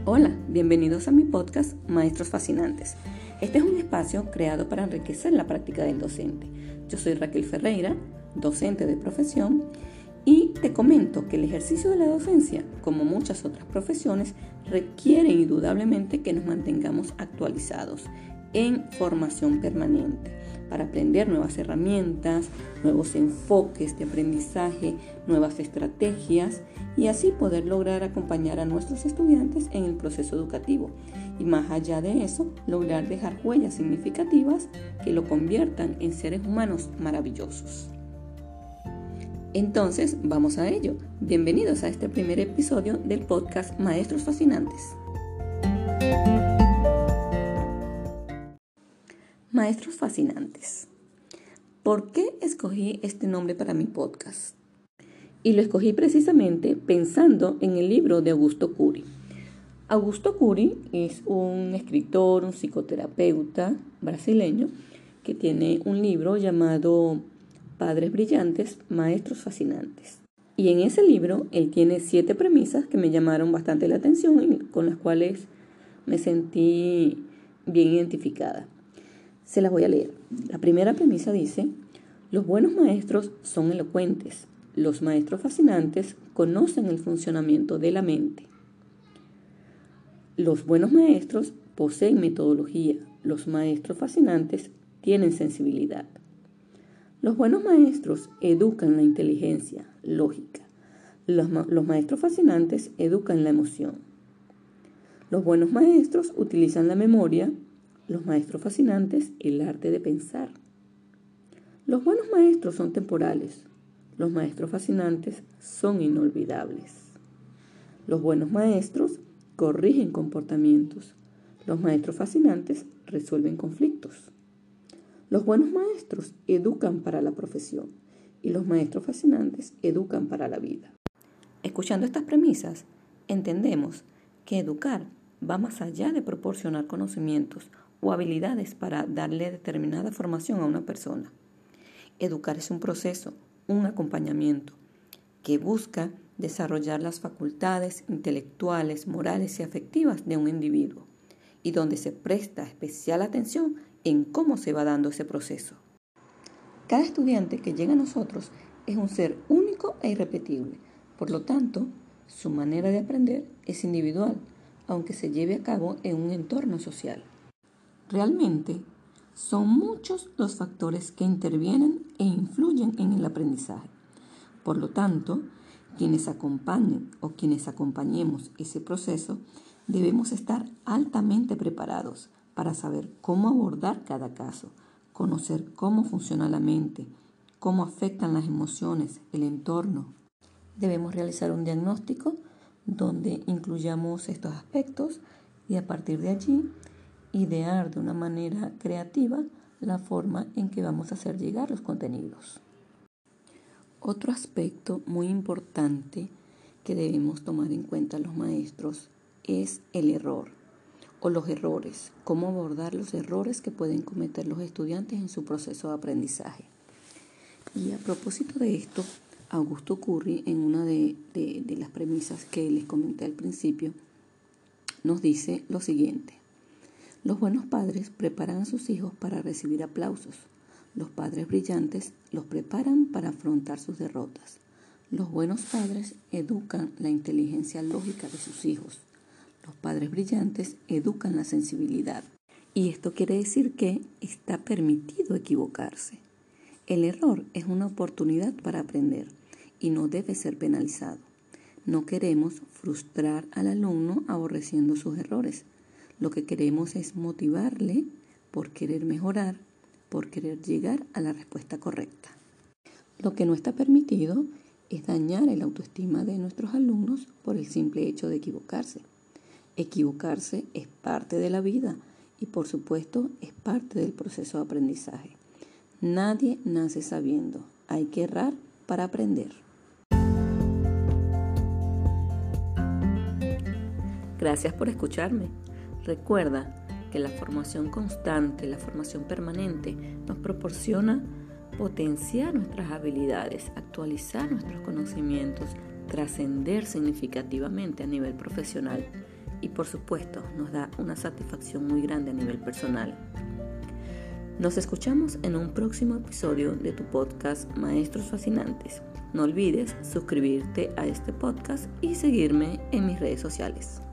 Hola, bienvenidos a mi podcast Maestros Fascinantes. Este es un espacio creado para enriquecer la práctica del docente. Yo soy Raquel Ferreira, docente de profesión, y te comento que el ejercicio de la docencia, como muchas otras profesiones, requiere indudablemente que nos mantengamos actualizados en formación permanente para aprender nuevas herramientas, nuevos enfoques de aprendizaje, nuevas estrategias y así poder lograr acompañar a nuestros estudiantes en el proceso educativo y más allá de eso, lograr dejar huellas significativas que lo conviertan en seres humanos maravillosos. Entonces, vamos a ello. Bienvenidos a este primer episodio del podcast Maestros Fascinantes. Maestros Fascinantes. ¿Por qué escogí este nombre para mi podcast? Y lo escogí precisamente pensando en el libro de Augusto Cury. Augusto Cury es un escritor, un psicoterapeuta brasileño que tiene un libro llamado Padres Brillantes, Maestros Fascinantes. Y en ese libro él tiene 7 premisas que me llamaron bastante la atención y con las cuales me sentí bien identificada. Se las voy a leer. La primera premisa dice: los buenos maestros son elocuentes. Los maestros fascinantes conocen el funcionamiento de la mente. Los buenos maestros poseen metodología. Los maestros fascinantes tienen sensibilidad. Los buenos maestros educan la inteligencia lógica. Los maestros fascinantes educan la emoción. Los buenos maestros utilizan la memoria. Los maestros fascinantes, el arte de pensar. Los buenos maestros son temporales. Los maestros fascinantes son inolvidables. Los buenos maestros corrigen comportamientos. Los maestros fascinantes resuelven conflictos. Los buenos maestros educan para la profesión y los maestros fascinantes educan para la vida. Escuchando estas premisas, entendemos que educar va más allá de proporcionar conocimientos o habilidades para darle determinada formación a una persona. Educar es un proceso, un acompañamiento que busca desarrollar las facultades intelectuales, morales y afectivas de un individuo y donde se presta especial atención en cómo se va dando ese proceso. Cada estudiante que llega a nosotros es un ser único e irrepetible, por lo tanto, su manera de aprender es individual, aunque se lleve a cabo en un entorno social. Realmente, son muchos los factores que intervienen e influyen en el aprendizaje. Por lo tanto, quienes acompañen o quienes acompañemos ese proceso, debemos estar altamente preparados para saber cómo abordar cada caso, conocer cómo funciona la mente, cómo afectan las emociones, el entorno. Debemos realizar un diagnóstico donde incluyamos estos aspectos y a partir de allí idear de una manera creativa la forma en que vamos a hacer llegar los contenidos. Otro aspecto muy importante que debemos tomar en cuenta los maestros es el error o los errores, cómo abordar los errores que pueden cometer los estudiantes en su proceso de aprendizaje. Y a propósito de esto, Augusto Cury, en una de las premisas que les comenté al principio, nos dice lo siguiente: los buenos padres preparan a sus hijos para recibir aplausos. Los padres brillantes los preparan para afrontar sus derrotas. Los buenos padres educan la inteligencia lógica de sus hijos. Los padres brillantes educan la sensibilidad. Y esto quiere decir que está permitido equivocarse. El error es una oportunidad para aprender y no debe ser penalizado. No queremos frustrar al alumno aborreciendo sus errores. Lo que queremos es motivarle por querer mejorar, por querer llegar a la respuesta correcta. Lo que no está permitido es dañar el autoestima de nuestros alumnos por el simple hecho de equivocarse. Equivocarse es parte de la vida y por supuesto es parte del proceso de aprendizaje. Nadie nace sabiendo, hay que errar para aprender. Gracias por escucharme. Recuerda que la formación constante, la formación permanente nos proporciona potenciar nuestras habilidades, actualizar nuestros conocimientos, trascender significativamente a nivel profesional y por supuesto nos da una satisfacción muy grande a nivel personal. Nos escuchamos en un próximo episodio de tu podcast Maestros Fascinantes. No olvides suscribirte a este podcast y seguirme en mis redes sociales.